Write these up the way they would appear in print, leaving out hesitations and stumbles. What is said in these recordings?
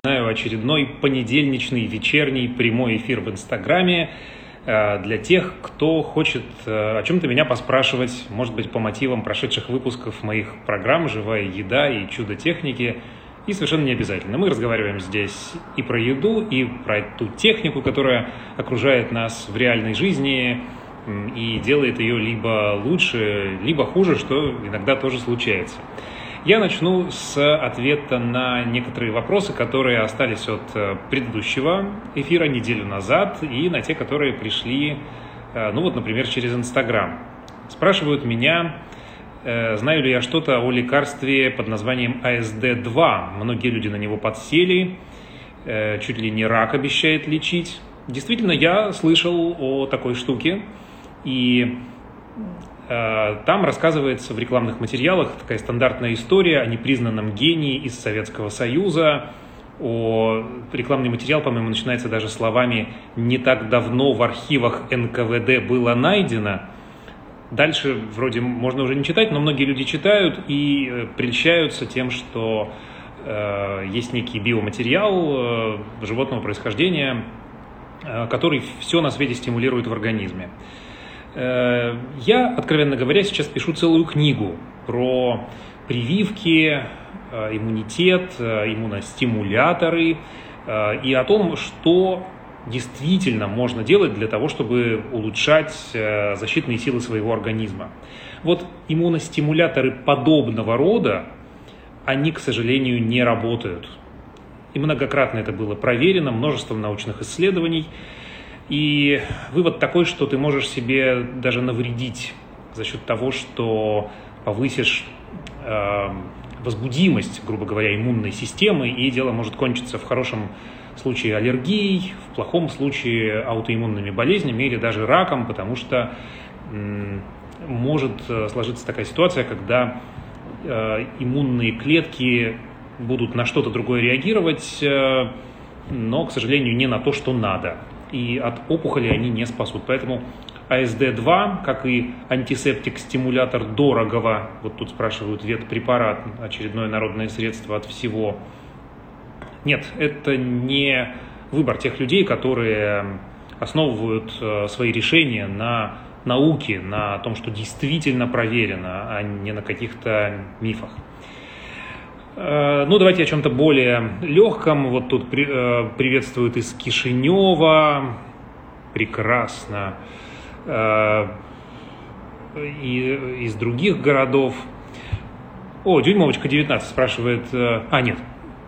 Начинаю очередной понедельничный вечерний прямой эфир в Инстаграме для тех, кто хочет о чем-то меня поспрашивать, может быть, по мотивам прошедших выпусков моих программ «Живая еда» и «Чудо техники». И совершенно не обязательно. Мы разговариваем здесь и про еду, и про ту технику, которая окружает нас в реальной жизни и делает ее либо лучше, либо хуже, что иногда тоже случается. Я начну с ответа на некоторые вопросы, которые остались от предыдущего эфира неделю назад, и на те, которые пришли, например, через Инстаграм. Спрашивают меня, знаю ли я что-то о лекарстве под названием АСД-2. Многие люди на него подсели, чуть ли не рак обещает лечить. Действительно, я слышал о такой штуке, и там рассказывается в рекламных материалах такая стандартная история о непризнанном гении из Советского Союза. Рекламный материал, по-моему, начинается даже словами «не так давно в архивах НКВД было найдено». Дальше вроде можно уже не читать, но многие люди читают и прельщаются тем, что есть некий биоматериал животного происхождения, который все на свете стимулирует в организме. Я, откровенно говоря, сейчас пишу целую книгу про прививки, иммунитет, иммуностимуляторы и о том, что действительно можно делать для того, чтобы улучшать защитные силы своего организма. Вот иммуностимуляторы подобного рода, они, к сожалению, не работают. И многократно это было проверено множеством научных исследований. И вывод такой, что ты можешь себе даже навредить за счет того, что повысишь возбудимость, грубо говоря, иммунной системы, и дело может кончиться в хорошем случае аллергией, в плохом случае аутоиммунными болезнями или даже раком, потому что может сложиться такая ситуация, когда иммунные клетки будут на что-то другое реагировать, но, к сожалению, не на то, что надо. И от опухоли они не спасут. Поэтому АСД-2, как и антисептик-стимулятор дорогого, вот тут спрашивают, ветпрепарат, очередное народное средство от всего. Нет, это не выбор тех людей, которые основывают свои решения на науке, на том, что действительно проверено, а не на каких-то мифах. Давайте о чем-то более легком. Вот тут приветствуют из Кишинева. Прекрасно. И из других городов. Дюймовочка 19 спрашивает. Нет.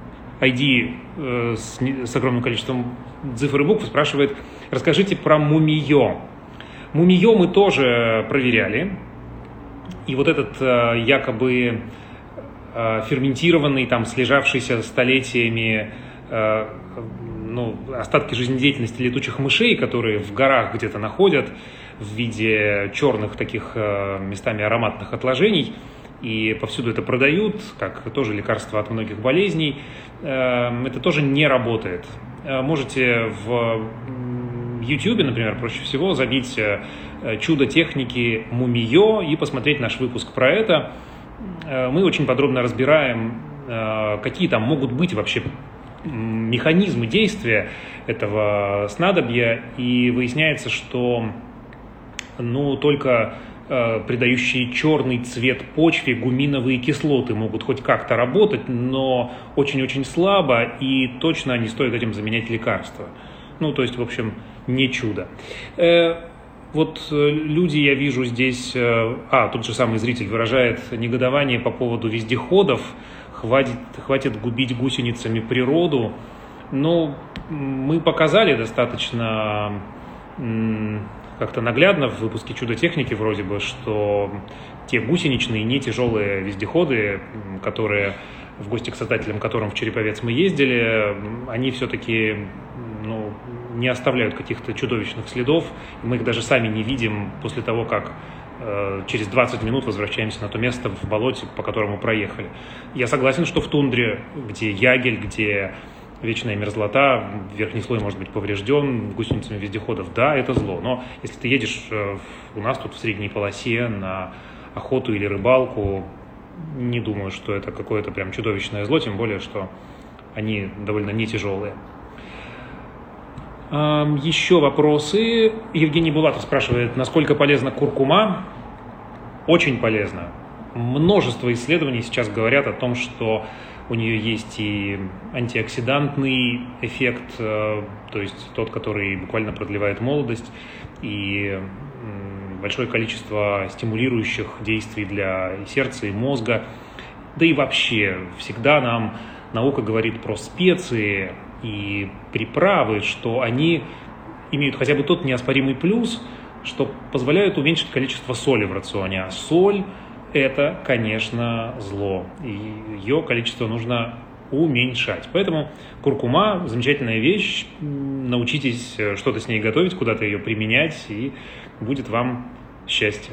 ID с огромным количеством цифр и букв спрашивает. Расскажите про мумиё. Мумиё мы тоже проверяли. И вот этот якобы ферментированный, слежавшийся столетиями остатки жизнедеятельности летучих мышей, которые в горах где-то находят в виде черных таких местами ароматных отложений, и повсюду это продают, как тоже лекарство от многих болезней, это тоже не работает. Можете в YouTube, например, проще всего забить «Чудо техники мумиё» и посмотреть наш выпуск про это. Мы очень подробно разбираем, какие там могут быть вообще механизмы действия этого снадобья, и выясняется, что только придающие черный цвет почве гуминовые кислоты могут хоть как-то работать, но очень-очень слабо, и точно не стоит этим заменять лекарства. То есть, в общем, не чудо. Вот люди, я вижу здесь, тот же самый зритель выражает негодование по поводу вездеходов, хватит губить гусеницами природу. Мы показали достаточно как-то наглядно в выпуске «Чудо техники» вроде бы, что те гусеничные, не тяжелые вездеходы, которые в гости к создателям которым в Череповец мы ездили, они все-таки не оставляют каких-то чудовищных следов. Мы их даже сами не видим после того, как через 20 минут возвращаемся на то место в болоте, по которому проехали. Я согласен, что в тундре, где ягель, где вечная мерзлота, верхний слой может быть поврежден гусеницами вездеходов, да, это зло. Но если ты едешь у нас тут в средней полосе на охоту или рыбалку, не думаю, что это какое-то прям чудовищное зло, тем более, что они довольно не тяжелые. Еще вопросы. Евгений Булатов спрашивает, насколько полезна куркума? Очень полезно. Множество исследований сейчас говорят о том, что у нее есть и антиоксидантный эффект, то есть тот, который буквально продлевает молодость, и большое количество стимулирующих действий для сердца и мозга. Да и вообще, всегда нам наука говорит про специи и приправы, что они имеют хотя бы тот неоспоримый плюс, что позволяют уменьшить количество соли в рационе. А соль – это, конечно, зло, и ее количество нужно уменьшать. Поэтому куркума – замечательная вещь, научитесь что-то с ней готовить, куда-то ее применять, и будет вам счастье.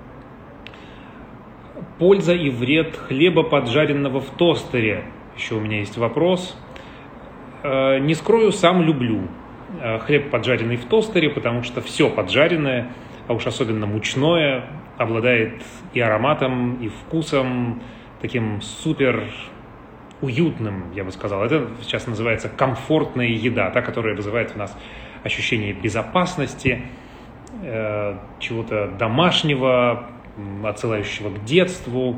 Польза и вред хлеба, поджаренного в тостере. Еще у меня есть вопрос. Не скрою, сам люблю хлеб, поджаренный в тостере, потому что все поджаренное, а уж особенно мучное, обладает и ароматом, и вкусом таким супер уютным, я бы сказал. Это сейчас называется комфортная еда, та, которая вызывает у нас ощущение безопасности, чего-то домашнего, отсылающего к детству.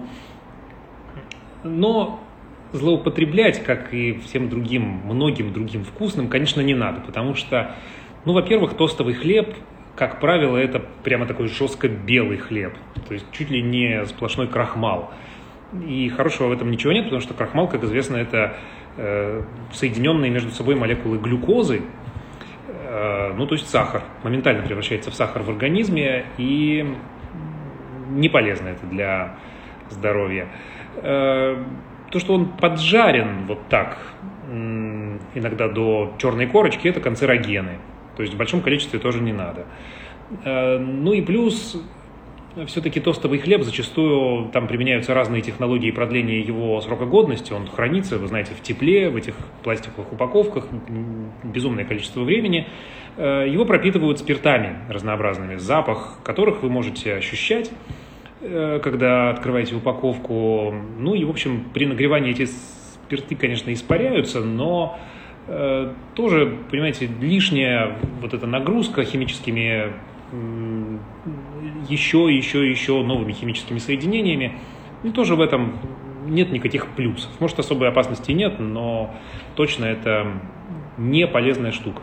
Но злоупотреблять, как и всем другим, многим другим вкусным, конечно, не надо, потому что, во-первых, тостовый хлеб, как правило, это прямо такой жестко белый хлеб, то есть чуть ли не сплошной крахмал. И хорошего в этом ничего нет, потому что крахмал, как известно, это соединенные между собой молекулы глюкозы, то есть сахар, моментально превращается в сахар в организме, и не полезно это для здоровья. То, что он поджарен вот так, иногда до черной корочки, это канцерогены. То есть в большом количестве тоже не надо. И плюс, все-таки тостовый хлеб, зачастую там применяются разные технологии продления его срока годности. Он хранится, вы знаете, в тепле, в этих пластиковых упаковках безумное количество времени. Его пропитывают спиртами разнообразными, запах которых вы можете ощущать, когда открываете упаковку. И, в общем, при нагревании эти спирты, конечно, испаряются, но тоже, понимаете, лишняя вот эта нагрузка химическими, еще новыми химическими соединениями, и тоже в этом нет никаких плюсов. Может, особой опасности нет, но точно это не полезная штука.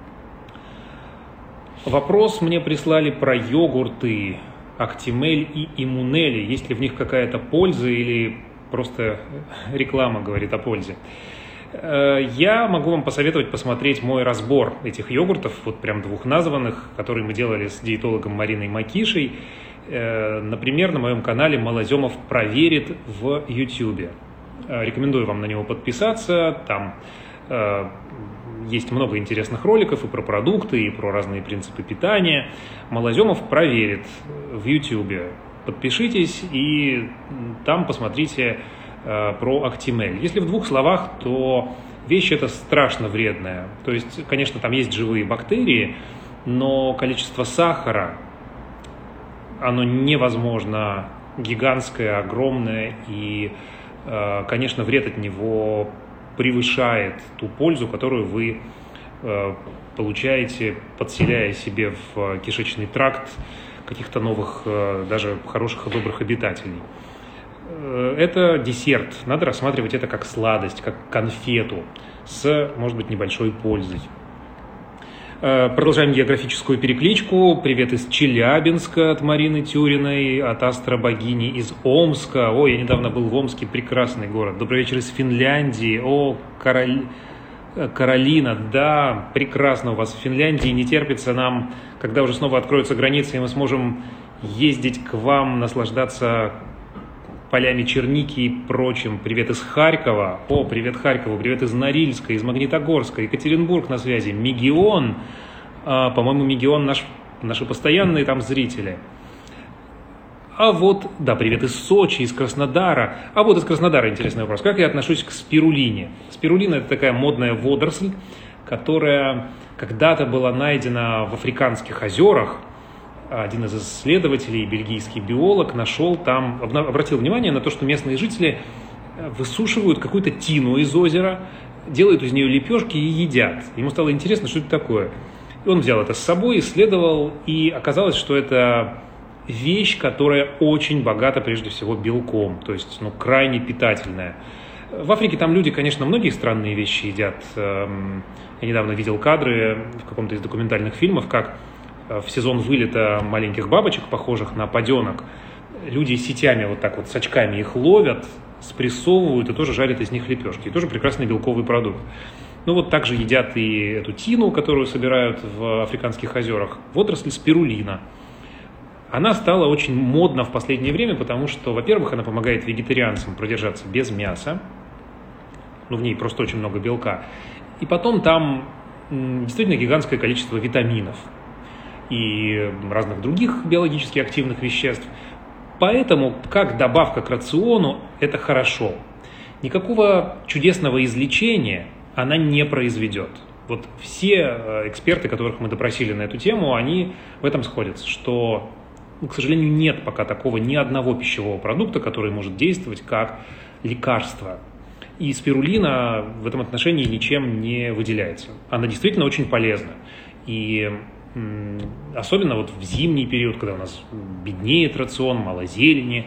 Вопрос мне прислали про йогурты Актимель и Иммунели. Есть ли в них какая-то польза или просто реклама говорит о пользе? Я могу вам посоветовать посмотреть мой разбор этих йогуртов, вот прям двух названных, которые мы делали с диетологом Мариной Макишей. Например, на моем канале Малоземов проверит в YouTube. Рекомендую вам на него подписаться. Там есть много интересных роликов и про продукты, и про разные принципы питания. Малоземов проверит в YouTube. Подпишитесь и там посмотрите про Актимель. Если в двух словах, то вещь эта страшно вредная. То есть, конечно, там есть живые бактерии, но количество сахара, оно невозможно гигантское, огромное, и, конечно, вред от него превышает ту пользу, которую вы получаете, подселяя себе в кишечный тракт каких-то новых, даже хороших и добрых обитателей. Это десерт. Надо рассматривать это как сладость, как конфету с, может быть, небольшой пользой. Продолжаем географическую перекличку. Привет из Челябинска от Марины Тюриной, от Астробогини из Омска. Ой, я недавно был в Омске, прекрасный город. Добрый вечер из Финляндии. Каролина, да, прекрасно у вас в Финляндии. Не терпится нам, когда уже снова откроются границы, и мы сможем ездить к вам, наслаждаться полями черники и прочим. Привет из Харькова. Привет Харькову. Привет из Норильска, из Магнитогорска. Екатеринбург на связи. Мегион. По-моему, Мегион наши постоянные там зрители. Привет из Сочи, из Краснодара. Из Краснодара интересный вопрос. Как я отношусь к спирулине? Спирулина – это такая модная водоросль, которая когда-то была найдена в Африканских озерах. Один из исследователей, бельгийский биолог, обратил внимание на то, что местные жители высушивают какую-то тину из озера, делают из нее лепешки и едят. Ему стало интересно, что это такое. И он взял это с собой, исследовал, и оказалось, что это вещь, которая очень богата прежде всего белком, то есть крайне питательная. В Африке там люди, конечно, многие странные вещи едят. Я недавно видел кадры в каком-то из документальных фильмов, как в сезон вылета маленьких бабочек, похожих на паденок, люди сетями вот так вот с очками их ловят, спрессовывают и тоже жарят из них лепешки. И тоже прекрасный белковый продукт. Вот также едят и эту тину, которую собирают в африканских озерах, водоросль спирулина. Она стала очень модна в последнее время, потому что, во-первых, она помогает вегетарианцам продержаться без мяса, в ней просто очень много белка, и потом там действительно гигантское количество витаминов и разных других биологически активных веществ. Поэтому, как добавка к рациону, это хорошо. Никакого чудесного излечения она не произведет. Вот все эксперты, которых мы допросили на эту тему, они в этом сходятся, что, к сожалению, нет пока такого ни одного пищевого продукта, который может действовать как лекарство. И спирулина в этом отношении ничем не выделяется. Она действительно очень полезна. И особенно вот в зимний период, когда у нас беднеет рацион, мало зелени,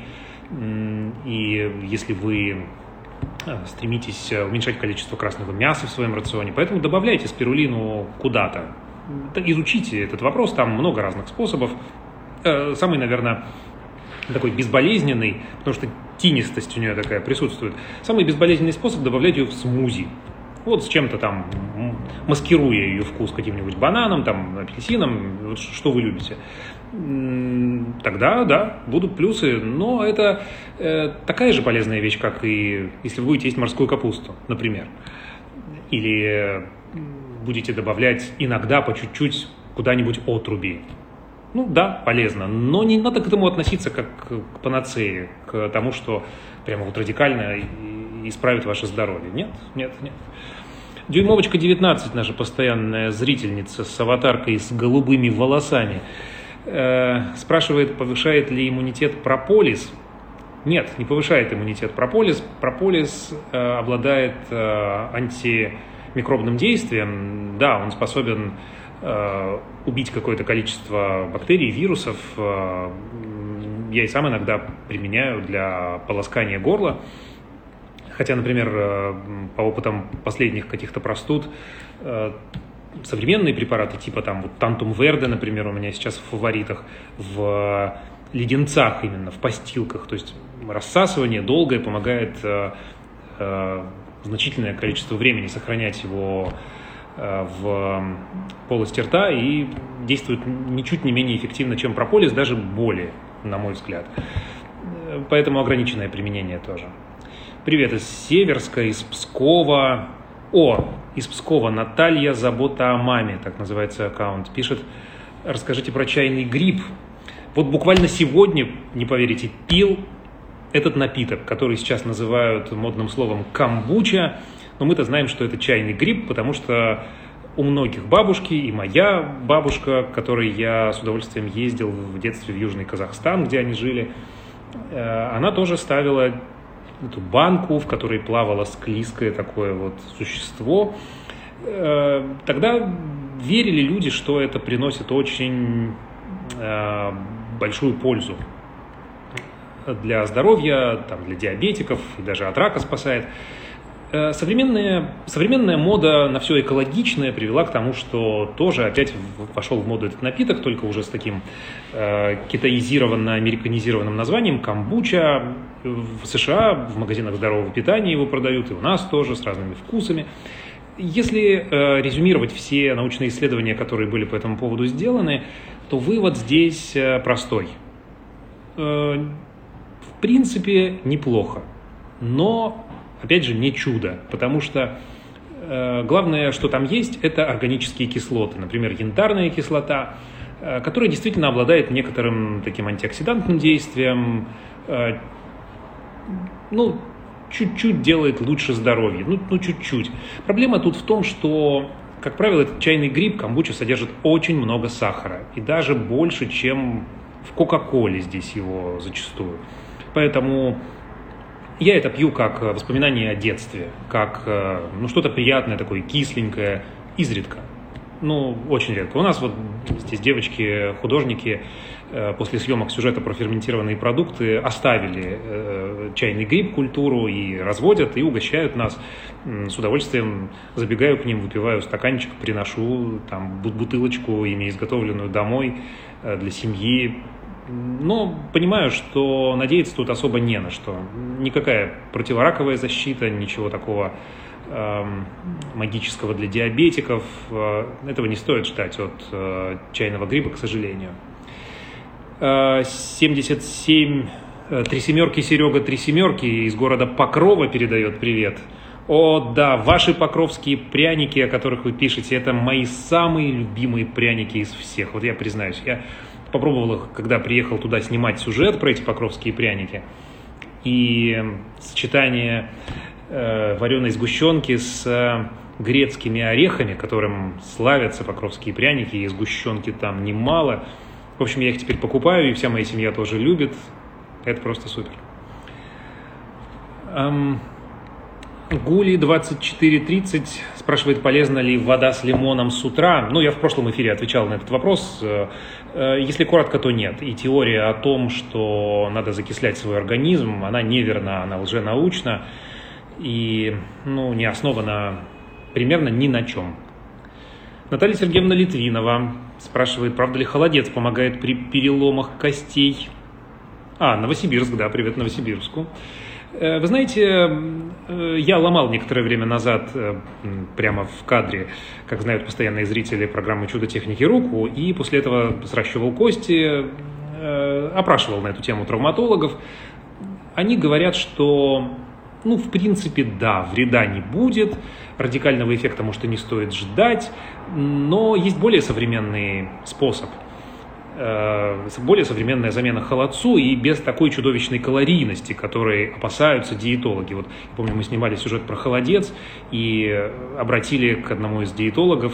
и если вы стремитесь уменьшать количество красного мяса в своем рационе, поэтому добавляйте спирулину куда-то. Изучите этот вопрос, там много разных способов. Самый, наверное, такой безболезненный, потому что тинистость у нее такая присутствует. Самый безболезненный способ — добавлять ее в смузи. Вот с чем-то там, маскируя ее вкус каким-нибудь бананом, там, апельсином, что вы любите. Тогда, да, будут плюсы, но это такая же полезная вещь, как и если вы будете есть морскую капусту, например. Или будете добавлять иногда по чуть-чуть куда-нибудь отруби. Да, полезно, но не надо к этому относиться как к панацее, к тому, что прямо вот радикально исправит ваше здоровье. Нет. Дюймовочка 19, наша постоянная зрительница с аватаркой с голубыми волосами, спрашивает, повышает ли иммунитет прополис. Нет, не повышает иммунитет прополис. Прополис обладает антимикробным действием. Да, он способен убить какое-то количество бактерий, вирусов. Я и сам иногда применяю для полоскания горла. Хотя, например, по опытам последних каких-то простуд, современные препараты, типа там вот Тантум Верде, например, у меня сейчас в фаворитах, в леденцах именно, в постилках. То есть рассасывание долгое помогает значительное количество времени сохранять его в полости рта и действует ничуть не менее эффективно, чем прополис, даже более, на мой взгляд. Поэтому ограниченное применение тоже. Привет из Северска, из Пскова. Из Пскова Наталья «Забота о маме», так называется аккаунт, пишет: расскажите про чайный гриб. Вот буквально сегодня, не поверите, пил этот напиток, который сейчас называют модным словом камбуча, но мы-то знаем, что это чайный гриб, потому что у многих бабушки, и моя бабушка, к которой я с удовольствием ездил в детстве в Южный Казахстан, где они жили, она тоже ставила эту банку, в которой плавало склизкое такое вот существо. Тогда верили люди, что это приносит очень большую пользу для здоровья, там, для диабетиков и даже от рака спасает. Современная мода на все экологичное привела к тому, что тоже опять вошел в моду этот напиток, только уже с таким китаизированно-американизированным названием камбуча. В США в магазинах здорового питания его продают, и у нас тоже, с разными вкусами. Если резюмировать все научные исследования, которые были по этому поводу сделаны, то вывод здесь простой. В принципе, неплохо, но опять же, не чудо, потому что главное, что там есть, это органические кислоты. Например, янтарная кислота, которая действительно обладает некоторым таким антиоксидантным действием, чуть-чуть делает лучше здоровье, чуть-чуть. Проблема тут в том, что, как правило, этот чайный гриб, камбуча, содержит очень много сахара, и даже больше, чем в Кока-Коле здесь его зачастую. Поэтому Я это пью как воспоминание о детстве, как что-то приятное такое, кисленькое, изредка. Очень редко. У нас вот здесь девочки-художники после съемок сюжета про ферментированные продукты оставили чайный гриб-культуру и разводят, и угощают нас. С удовольствием забегаю к ним, выпиваю стаканчик, приношу там бутылочку, ими изготовленную домой для семьи. Но понимаю, что надеяться тут особо не на что. Никакая противораковая защита, ничего такого магического для диабетиков. Этого не стоит ждать от чайного гриба, к сожалению. 77 три семерки Серега, три семерки из города Покрова передает привет. О, да, ваши покровские пряники, о которых вы пишете, это мои самые любимые пряники из всех. Вот я признаюсь, я попробовал их, когда приехал туда снимать сюжет про эти покровские пряники. И сочетание вареной сгущенки с грецкими орехами, которым славятся покровские пряники, и сгущенки там немало. В общем, я их теперь покупаю, и вся моя семья тоже любит. Это просто супер. Гули 2430 спрашивает, полезна ли вода с лимоном с утра. Я в прошлом эфире отвечал на этот вопрос. Если коротко, то нет. И теория о том, что надо закислять свой организм, она неверна, она лженаучна и не основана примерно ни на чем. Наталья Сергеевна Литвинова спрашивает, правда ли холодец помогает при переломах костей? Новосибирск, да, привет Новосибирску. Вы знаете, я ломал некоторое время назад, прямо в кадре, как знают постоянные зрители программы «Чудо техники» руку, и после этого сращивал кости, опрашивал на эту тему травматологов. Они говорят, что, в принципе, да, вреда не будет, радикального эффекта, может, и не стоит ждать, но есть более современный способ. Более современная замена холодцу и без такой чудовищной калорийности, которой опасаются диетологи. Вот, помню, мы снимали сюжет про холодец и обратили к одному из диетологов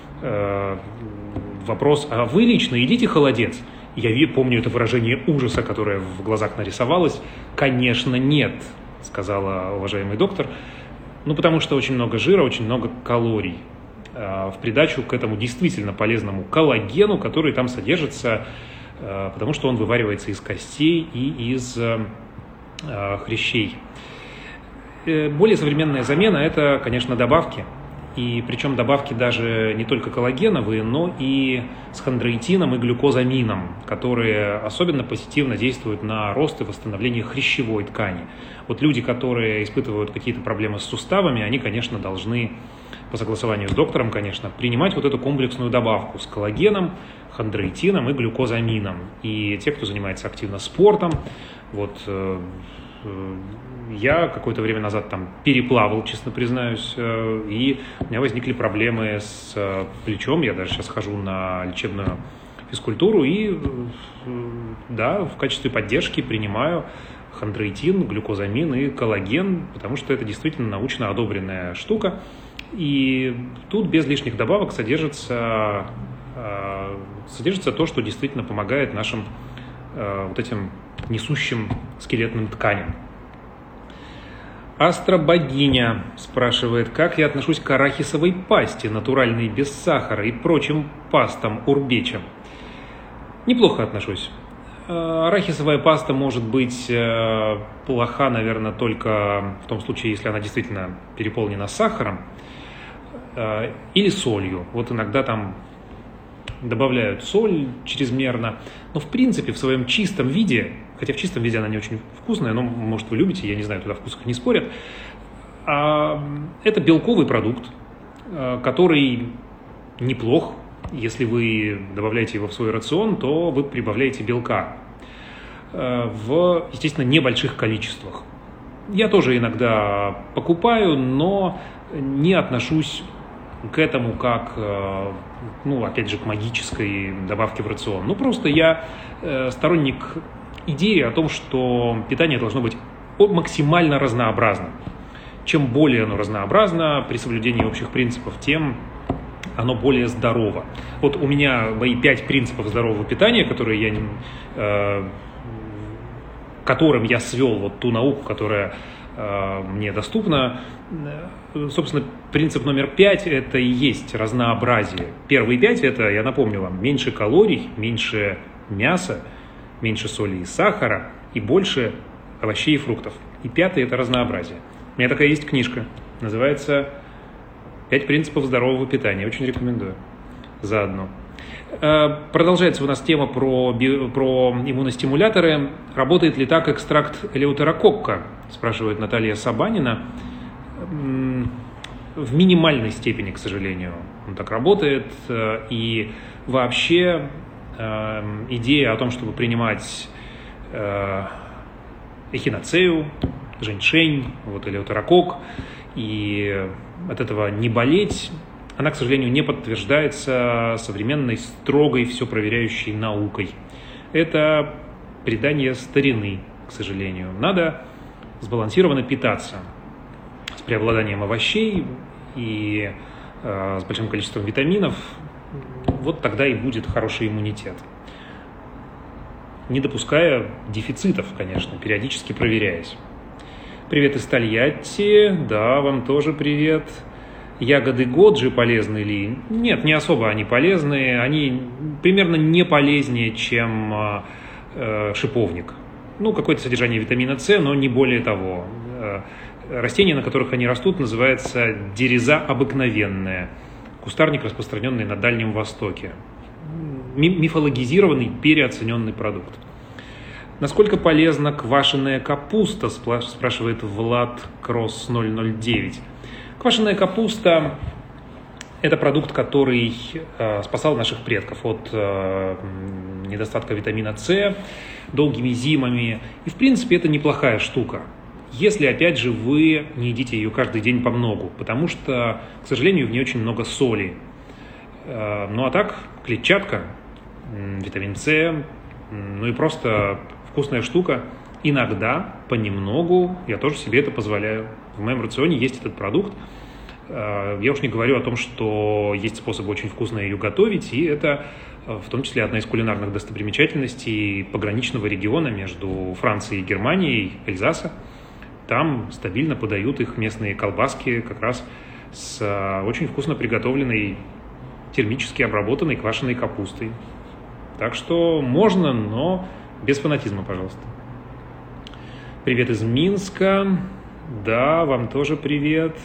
вопрос, а вы лично едите холодец? Я помню это выражение ужаса, которое в глазах нарисовалось. Конечно, нет, сказала уважаемый доктор, потому что очень много жира, очень много калорий. В придачу к этому действительно полезному коллагену, который там содержится, потому что он вываривается из костей и из хрящей. Более современная замена – это, конечно, добавки. И причем добавки даже не только коллагеновые, но и с хондроитином и глюкозамином, которые особенно позитивно действуют на рост и восстановление хрящевой ткани. Вот люди, которые испытывают какие-то проблемы с суставами, они, конечно, должны, по согласованию с доктором, конечно, принимать вот эту комплексную добавку с коллагеном, хондроитином и глюкозамином. И те, кто занимается активно спортом, я какое-то время назад там переплавал, честно признаюсь, и у меня возникли проблемы с плечом. Я даже сейчас хожу на лечебную физкультуру и, да, в качестве поддержки принимаю хондроитин, глюкозамин и коллаген, потому что это действительно научно одобренная штука. И тут без лишних добавок содержится то, что действительно помогает нашим вот этим несущим скелетным тканям. Астробогиня спрашивает, как я отношусь к арахисовой пасте, натуральной без сахара и прочим пастам урбечам. Неплохо отношусь. Арахисовая паста может быть плоха, наверное, только в том случае, если она действительно переполнена сахаром или солью. Вот иногда там добавляют соль чрезмерно, но в принципе в своем чистом виде, хотя в чистом виде она не очень вкусная, но, может, вы любите, я не знаю, туда в вкусах не спорят, это белковый продукт, который неплох. Если вы добавляете его в свой рацион, то вы прибавляете белка в, естественно, небольших количествах. Я тоже иногда покупаю, но не отношусь к этому как, опять же, к магической добавке в рацион. Просто я сторонник идеи о том, что питание должно быть максимально разнообразным. Чем более оно разнообразно при соблюдении общих принципов, тем оно более здорово. Вот у меня мои 5 принципов здорового питания, которые я которым я свел вот ту науку, которая мне доступна. Собственно, принцип номер 5 – это и есть разнообразие. Первые 5 – это, я напомню вам, меньше калорий, меньше мяса, меньше соли и сахара и больше овощей и фруктов. И 5 – это разнообразие. У меня такая есть книжка, называется «5 принципов здорового питания». Очень рекомендую. Заодно. Продолжается у нас тема про иммуностимуляторы. Работает ли так экстракт элеутерококка, спрашивает Наталья Сабанина. В минимальной степени, к сожалению, он так работает. И вообще идея о том, чтобы принимать эхиноцею, женьшень, вот элеутерококк, и от этого не болеть, она, к сожалению, не подтверждается современной, строгой, все проверяющей наукой. Это предание старины, к сожалению. Надо сбалансированно питаться с преобладанием овощей и с большим количеством витаминов. Вот тогда и будет хороший иммунитет. Не допуская дефицитов, конечно, периодически проверяясь. Привет из Тольятти. Да, вам тоже привет. Ягоды годжи полезны ли? Нет, не особо они полезны. Они примерно не полезнее, чем шиповник. Ну, какое-то содержание витамина С, но не более того. Растение, на которых они растут, называется дереза обыкновенная. Кустарник, распространенный на Дальнем Востоке. Мифологизированный, переоцененный продукт. Насколько полезна квашеная капуста, спрашивает Влад Кросс 009. Квашеная капуста – это продукт, который спасал наших предков от недостатка витамина С долгими зимами. И, в принципе, это неплохая штука, если, опять же, вы не едите ее каждый день по многу, потому что, к сожалению, в ней очень много соли. Ну а так, клетчатка, витамин С, ну и просто вкусная штука. Иногда, понемногу, я тоже себе это позволяю. В моем рационе есть этот продукт. Я уж не говорю о том, что есть способы очень вкусно ее готовить, и это в том числе одна из кулинарных достопримечательностей пограничного региона между Францией и Германией, Эльзаса. Там стабильно подают их местные колбаски как раз с очень вкусно приготовленной, термически обработанной квашеной капустой. Так что можно, но без фанатизма, пожалуйста. Привет из Минска. Да, вам тоже привет.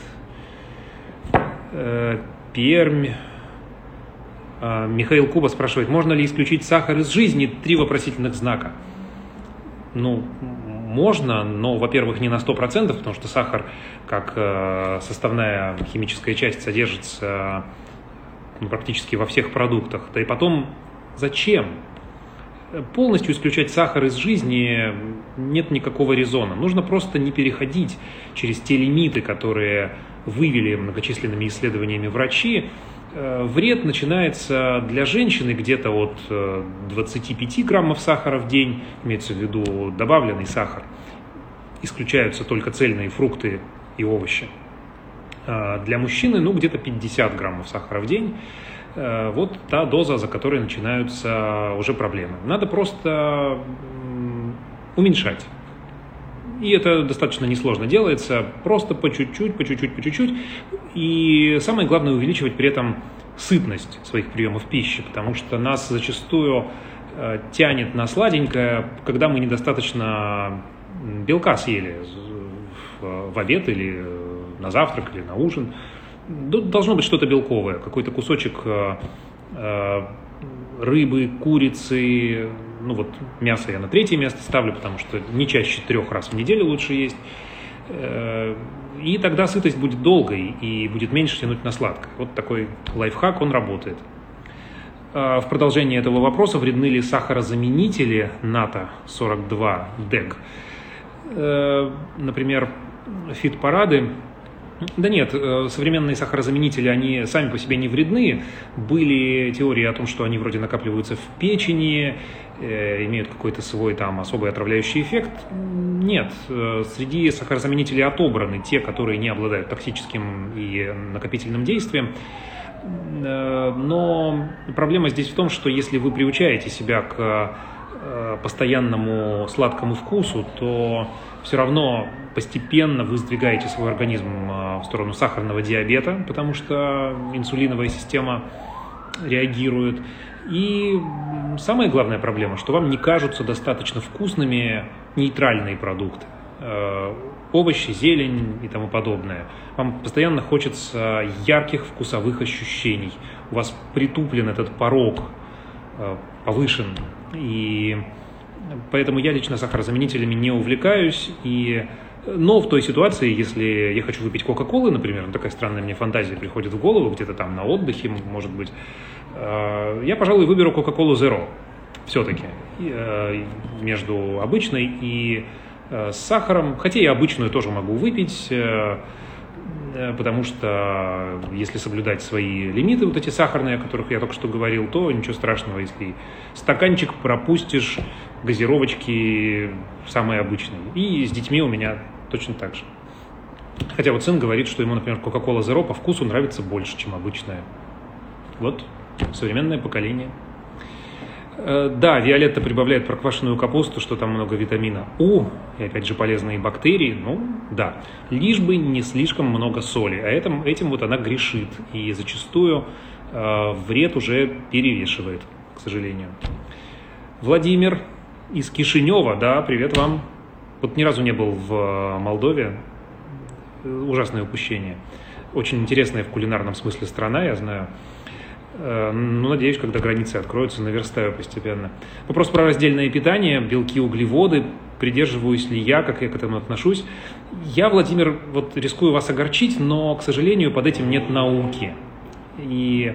Пермь. Михаил Куба спрашивает, можно ли исключить сахар из жизни? 3 вопросительных знака. Ну, можно, но, во-первых, не на 100%, потому что сахар, как составная химическая часть, содержится практически во всех продуктах. Да и потом, зачем? Полностью исключать сахар из жизни нет никакого резона. Нужно просто не переходить через те лимиты, которые вывели многочисленными исследованиями врачи. Вред начинается для женщины где-то от 25 граммов сахара в день, имеется в виду добавленный сахар. Исключаются только цельные фрукты и овощи. Для мужчины, где-то 50 граммов сахара в день. Вот та доза, за которой начинаются уже проблемы. Надо просто уменьшать. И это достаточно несложно делается, просто по чуть-чуть. И самое главное, увеличивать при этом сытность своих приемов пищи, потому что нас зачастую тянет на сладенькое, когда мы недостаточно белка съели в обед или на завтрак или на ужин. Должно быть что-то белковое, какой-то кусочек рыбы, курицы. Мясо я на 3-е место ставлю, потому что не чаще 3 раз в неделю лучше есть. И тогда сытость будет долгой и будет меньше тянуть на сладкое. Вот такой лайфхак, он работает. В продолжение этого вопроса, вредны ли сахарозаменители НАТО-42 ДЭГ? Например, фит-парады. Да нет, современные сахарозаменители, они сами по себе не вредны. Были теории о том, что они вроде накапливаются в печени, имеют какой-то свой особый отравляющий эффект. Нет, среди сахарозаменителей отобраны те, которые не обладают токсическим и накопительным действием. Но проблема здесь в том, что если вы приучаете себя к постоянному сладкому вкусу, то все равно постепенно вы сдвигаете свой организм в сторону сахарного диабета, потому что инсулиновая система реагирует. И самая главная проблема, что вам не кажутся достаточно вкусными нейтральные продукты. Овощи, зелень и тому подобное. Вам постоянно хочется ярких вкусовых ощущений. У вас притуплен этот порог, повышен. И поэтому я лично сахарозаменителями не увлекаюсь. Но в той ситуации, если я хочу выпить Кока-Колы, например, такая странная мне фантазия приходит в голову, где-то там на отдыхе, может быть, я, пожалуй, выберу Кока-Колу Zero все-таки между обычной и с сахаром. Хотя и обычную тоже могу выпить, потому что если соблюдать свои лимиты, вот эти сахарные, о которых я только что говорил, то ничего страшного, если стаканчик пропустишь газировочки самые обычные. И с детьми у меня точно так же. Хотя вот сын говорит, что ему, например, Coca-Cola Zero по вкусу нравится больше, чем обычная. Вот, современное поколение. Да, Виолетта прибавляет про квашеную капусту, что там много витамина У, и опять же полезные бактерии. Ну, да, лишь бы не слишком много соли. А этим вот она грешит. И зачастую вред уже перевешивает, к сожалению. Владимир из Кишинева, да, привет вам. Вот ни разу не был в Молдове. Ужасное упущение. Очень интересная в кулинарном смысле страна, я знаю. Ну, надеюсь, когда границы откроются, наверстаю постепенно. Вопрос про раздельное питание, белки, углеводы. Придерживаюсь ли я, как я к этому отношусь? Я, Владимир, вот рискую вас огорчить, но, к сожалению, под этим нет науки. И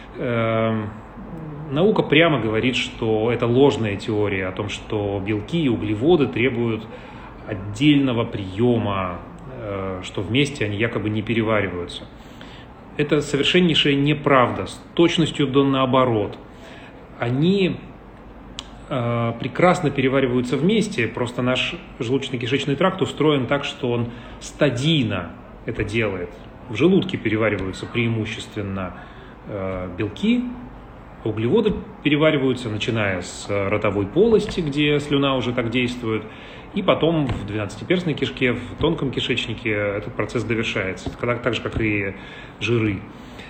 наука прямо говорит, что это ложная теория о том, что белки и углеводы требуют отдельного приема, что вместе они якобы не перевариваются. Это совершеннейшая неправда, с точностью до наоборот. Они прекрасно перевариваются вместе, просто наш желудочно-кишечный тракт устроен так, что он стадийно это делает. В желудке перевариваются преимущественно белки, углеводы перевариваются, начиная с ротовой полости, где слюна уже так действует, и потом в двенадцатиперстной кишке, в тонком кишечнике этот процесс довершается, так же, как и жиры.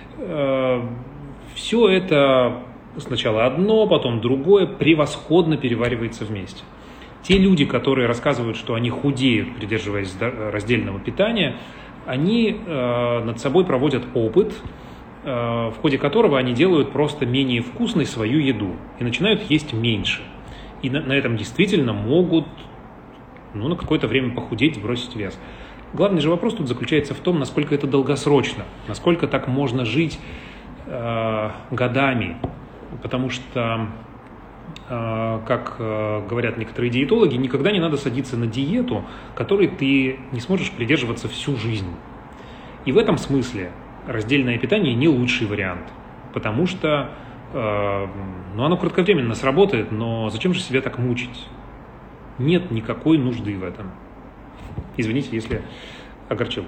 Все это сначала одно, потом другое превосходно переваривается вместе. Те люди, которые рассказывают, что они худеют, придерживаясь раздельного питания, они над собой проводят опыт, в ходе которого они делают просто менее вкусной свою еду и начинают есть меньше. И на этом действительно могут на какое-то время похудеть, сбросить вес. Главный же вопрос тут заключается в том, насколько это долгосрочно, насколько так можно жить годами. Потому что, как говорят некоторые диетологи, никогда не надо садиться на диету, которой ты не сможешь придерживаться всю жизнь. И в этом смысле раздельное питание не лучший вариант, потому что оно кратковременно сработает, но зачем же себя так мучить? Нет никакой нужды в этом. Извините, если огорчил.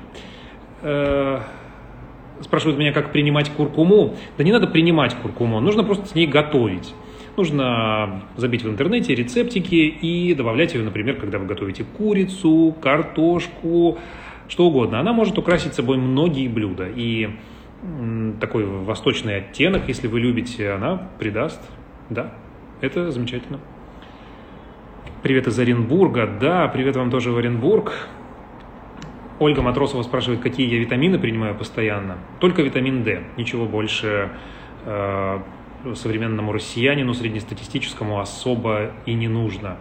Спрашивают меня, как принимать куркуму. Да не надо принимать куркуму, нужно просто с ней готовить. Нужно забить в интернете рецептики и добавлять ее, например, когда вы готовите курицу, картошку, что угодно. Она может украсить собой многие блюда. И такой восточный оттенок, если вы любите, она придаст. Да, это замечательно. Привет из Оренбурга. Да, привет вам тоже в Оренбург. Ольга Матросова спрашивает, какие я витамины принимаю постоянно. Только витамин D. Ничего больше современному россиянину, среднестатистическому особо и не нужно.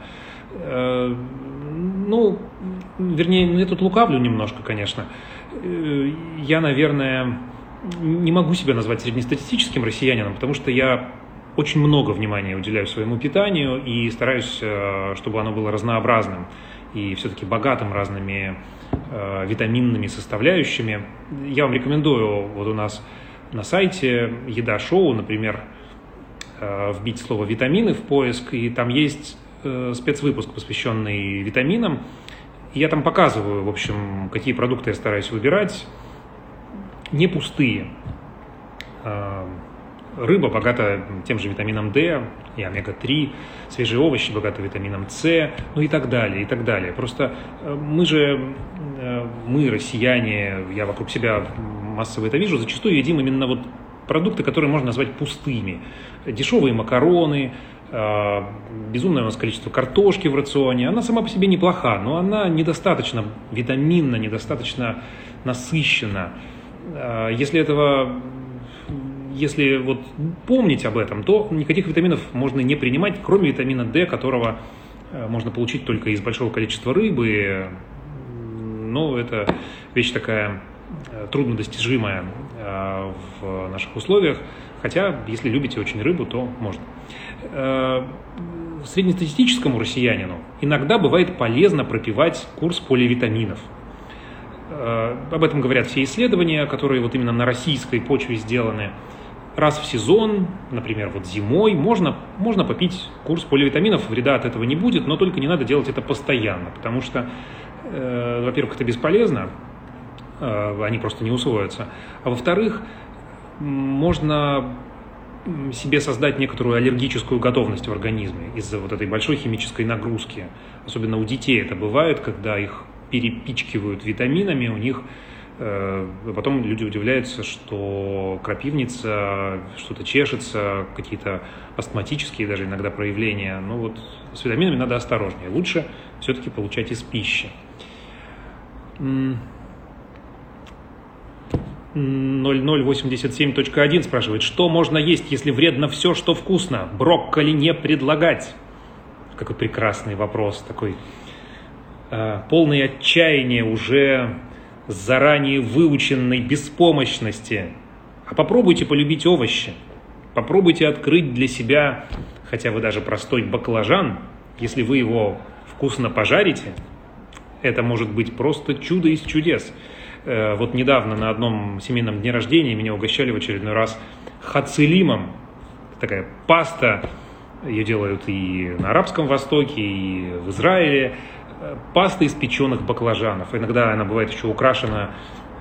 Я тут лукавлю немножко, конечно. Я, наверное, не могу себя назвать среднестатистическим россиянином, потому что я очень много внимания уделяю своему питанию и стараюсь, чтобы оно было разнообразным и все-таки богатым разными витаминными составляющими. Я вам рекомендую вот у нас на сайте Еда-шоу, например, вбить слово «витамины» в поиск, и там есть спецвыпуск, посвященный витаминам. И я там показываю, в общем, какие продукты я стараюсь выбирать. Не пустые. Рыба богата тем же витамином D и омега-3, свежие овощи богаты витамином С, ну и так далее, и так далее. Просто мы, россияне, я вокруг себя массово это вижу, зачастую едим именно вот продукты, которые можно назвать пустыми. Дешевые макароны, безумное у нас количество картошки в рационе. Она сама по себе неплоха, но она недостаточно витаминна, недостаточно насыщена. Если вот помнить об этом, то никаких витаминов можно не принимать, кроме витамина D, которого можно получить только из большого количества рыбы. Но это вещь такая труднодостижимая в наших условиях. Хотя, если любите очень рыбу, то можно. Среднестатистическому россиянину иногда бывает полезно пропивать курс поливитаминов. Об этом говорят все исследования, которые вот именно на российской почве сделаны. Раз в сезон, например, вот зимой, можно попить курс поливитаминов, вреда от этого не будет, но только не надо делать это постоянно, потому что, во-первых, это бесполезно, они просто не усвоятся, а во-вторых, можно себе создать некоторую аллергическую готовность в организме из-за вот этой большой химической нагрузки. Особенно у детей это бывает, когда их перепичкивают витаминами, у них потом люди удивляются, что крапивница, что-то чешется, какие-то астматические даже иногда проявления. Ну вот с витаминами надо осторожнее. Лучше все-таки получать из пищи. 0087.1 спрашивает, что можно есть, если вредно все, что вкусно? Брокколи не предлагать. Какой прекрасный вопрос такой. Полное отчаяние уже заранее выученной беспомощности. А попробуйте полюбить овощи. Попробуйте открыть для себя, хотя бы даже простой баклажан. Если вы его вкусно пожарите, это может быть просто чудо из чудес. Вот недавно на одном семейном дне рождения меня угощали в очередной раз хацелимом. Такая паста, ее делают и на Арабском Востоке, и в Израиле. Паста из печеных баклажанов. Иногда она бывает еще украшена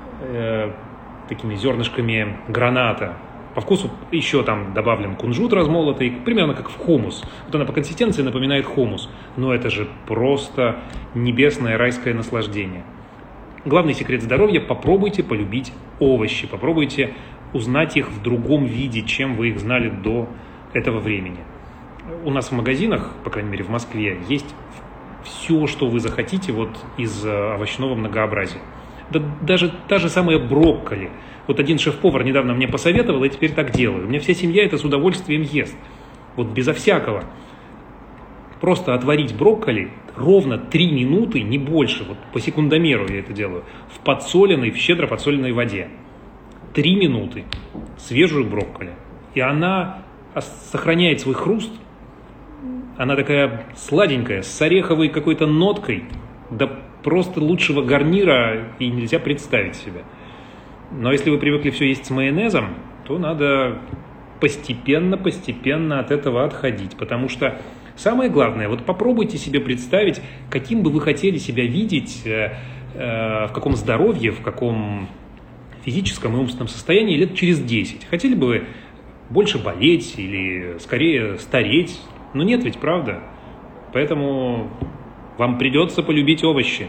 такими зернышками граната. По вкусу еще там добавлен кунжут размолотый, примерно как в хумус. Вот она по консистенции напоминает хумус. Но это же просто небесное райское наслаждение. Главный секрет здоровья – попробуйте полюбить овощи. Попробуйте узнать их в другом виде, чем вы их знали до этого времени. У нас в магазинах, по крайней мере в Москве, есть все, что вы захотите вот из овощного многообразия. Да даже та же самая брокколи. Вот один шеф-повар недавно мне посоветовал, и теперь так делаю. У меня вся семья это с удовольствием ест. Вот безо всякого. Просто отварить брокколи ровно 3 минуты, не больше, вот по секундомеру я это делаю, в подсоленной, в щедро подсоленной воде. 3 минуты. Свежую брокколи. И она сохраняет свой хруст. Она такая сладенькая, с ореховой какой-то ноткой. Да просто лучшего гарнира и нельзя представить себе. Но если вы привыкли все есть с майонезом, то надо постепенно от этого отходить. Потому что самое главное, вот попробуйте себе представить, каким бы вы хотели себя видеть, в каком здоровье, в каком физическом и умственном состоянии лет через 10. Хотели бы вы больше болеть или скорее стареть? Но нет ведь, правда? Поэтому вам придется полюбить овощи.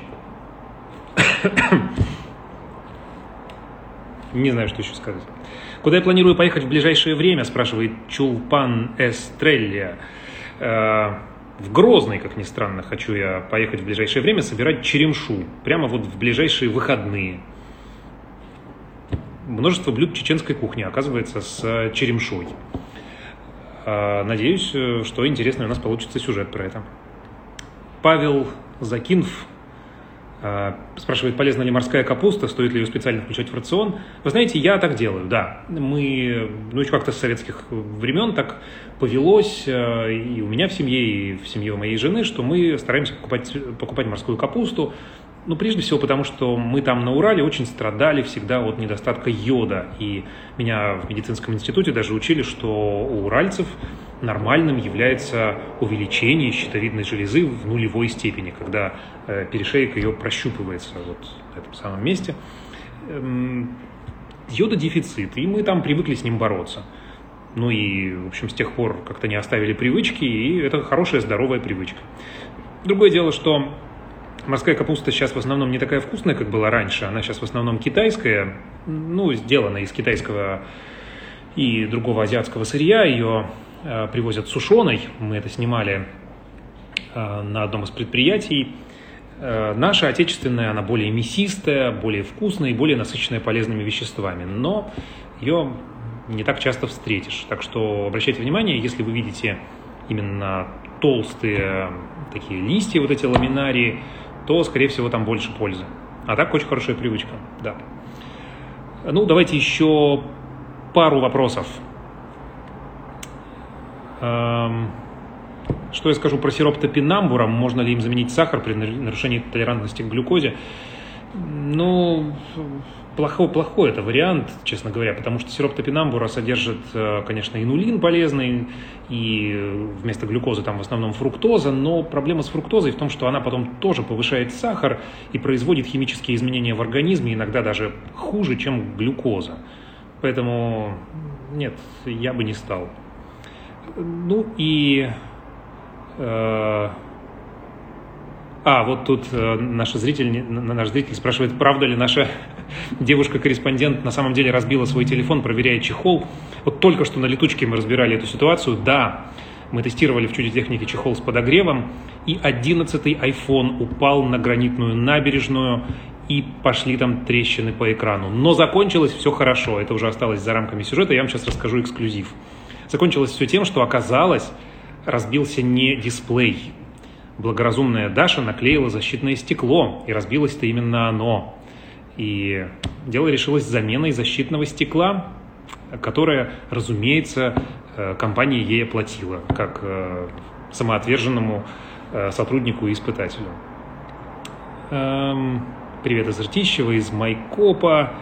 Не знаю, что еще сказать. Куда я планирую поехать в ближайшее время, спрашивает Чулпан Эстреллия. В Грозный, как ни странно, хочу я поехать в ближайшее время собирать черемшу. Прямо вот в ближайшие выходные. Множество блюд чеченской кухни, оказывается, с черемшой. Надеюсь, что интересный у нас получится сюжет про это. Павел Закинов спрашивает, полезна ли морская капуста, стоит ли ее специально включать в рацион. Вы знаете, я так делаю, да. Мы, еще как-то с советских времен так повелось, и у меня в семье, и в семье моей жены, что мы стараемся покупать морскую капусту. Ну, прежде всего, потому что мы там на Урале очень страдали всегда от недостатка йода. И меня в медицинском институте даже учили, что у уральцев нормальным является увеличение щитовидной железы в нулевой степени, когда перешеек ее прощупывается вот в этом самом месте. Йододефицит, и мы там привыкли с ним бороться. Ну и, в общем, с тех пор как-то не оставили привычки, и это хорошая, здоровая привычка. Другое дело, что морская капуста сейчас в основном не такая вкусная, как была раньше. Она сейчас в основном китайская, ну, сделана из китайского и другого азиатского сырья. Ее привозят сушеной. Мы это снимали на одном из предприятий. Наша отечественная, она более мясистая, более вкусная и более насыщенная полезными веществами. Но ее не так часто встретишь. Так что обращайте внимание, если вы видите именно толстые такие листья, вот эти ламинарии, то, скорее всего, там больше пользы. А так, очень хорошая привычка, да. Ну, давайте еще пару вопросов. Что я скажу про сироп топинамбура? Можно ли им заменить сахар при нарушении толерантности к глюкозе? Ну, плохой это вариант, честно говоря, потому что сироп топинамбура содержит, конечно, инулин полезный, и вместо глюкозы там в основном фруктоза, но проблема с фруктозой в том, что она потом тоже повышает сахар и производит химические изменения в организме, иногда даже хуже, чем глюкоза. Поэтому нет, я бы не стал. Ну и... вот тут наш зритель спрашивает, правда ли наша девушка-корреспондент на самом деле разбила свой телефон, проверяя чехол. Вот только что на летучке мы разбирали эту ситуацию. Да, мы тестировали в Чудо-технике чехол с подогревом, и 11-й iPhone упал на гранитную набережную, и пошли там трещины по экрану. Но закончилось все хорошо, это уже осталось за рамками сюжета, я вам сейчас расскажу эксклюзив. Закончилось все тем, что оказалось, разбился не дисплей. Благоразумная Даша наклеила защитное стекло, и разбилось-то именно оно. И дело решилось заменой защитного стекла, которое, разумеется, компания ей оплатила, как самоотверженному сотруднику и испытателю. Привет из Ртищева, из Майкопа,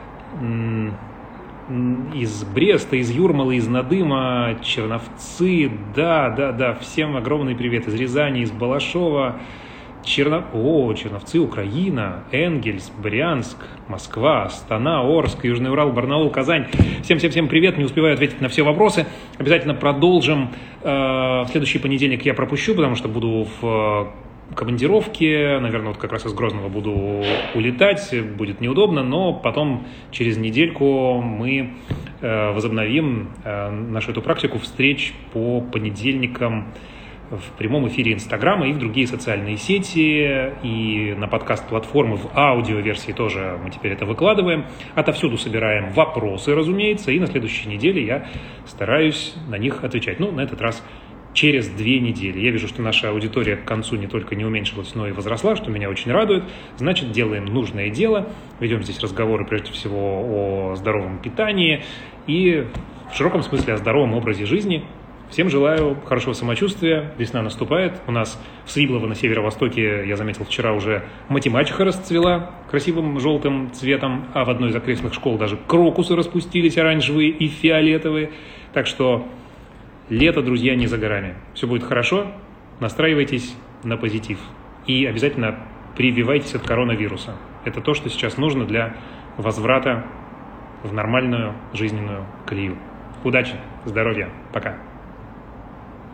из Бреста, из Юрмалы, из Надыма, Черновцы, да, всем огромный привет, из Рязани, из Балашова, Черновцы, Украина, Энгельс, Брянск, Москва, Астана, Орск, Южный Урал, Барнаул, Казань. Всем привет, не успеваю ответить на все вопросы. Обязательно продолжим. В следующий понедельник я пропущу, потому что буду в командировке, наверное, вот как раз из Грозного буду улетать, будет неудобно, но потом через недельку мы возобновим нашу эту практику встреч по понедельникам в прямом эфире Инстаграма и в другие социальные сети, и на подкаст-платформы в аудиоверсии тоже мы теперь это выкладываем. Отовсюду собираем вопросы, разумеется, и на следующей неделе я стараюсь на них отвечать. Ну, на этот раз через 2 недели. Я вижу, что наша аудитория к концу не только не уменьшилась, но и возросла, что меня очень радует. Значит, делаем нужное дело, ведем здесь разговоры прежде всего о здоровом питании и в широком смысле о здоровом образе жизни. Всем желаю хорошего самочувствия, весна наступает. У нас в Свиблово на северо-востоке, я заметил, вчера уже математика расцвела красивым желтым цветом, а в одной из окрестных школ даже крокусы распустились оранжевые и фиолетовые. Так что лето, друзья, не за горами. Все будет хорошо, настраивайтесь на позитив. И обязательно прививайтесь от коронавируса. Это то, что сейчас нужно для возврата в нормальную жизненную колею. Удачи, здоровья, пока.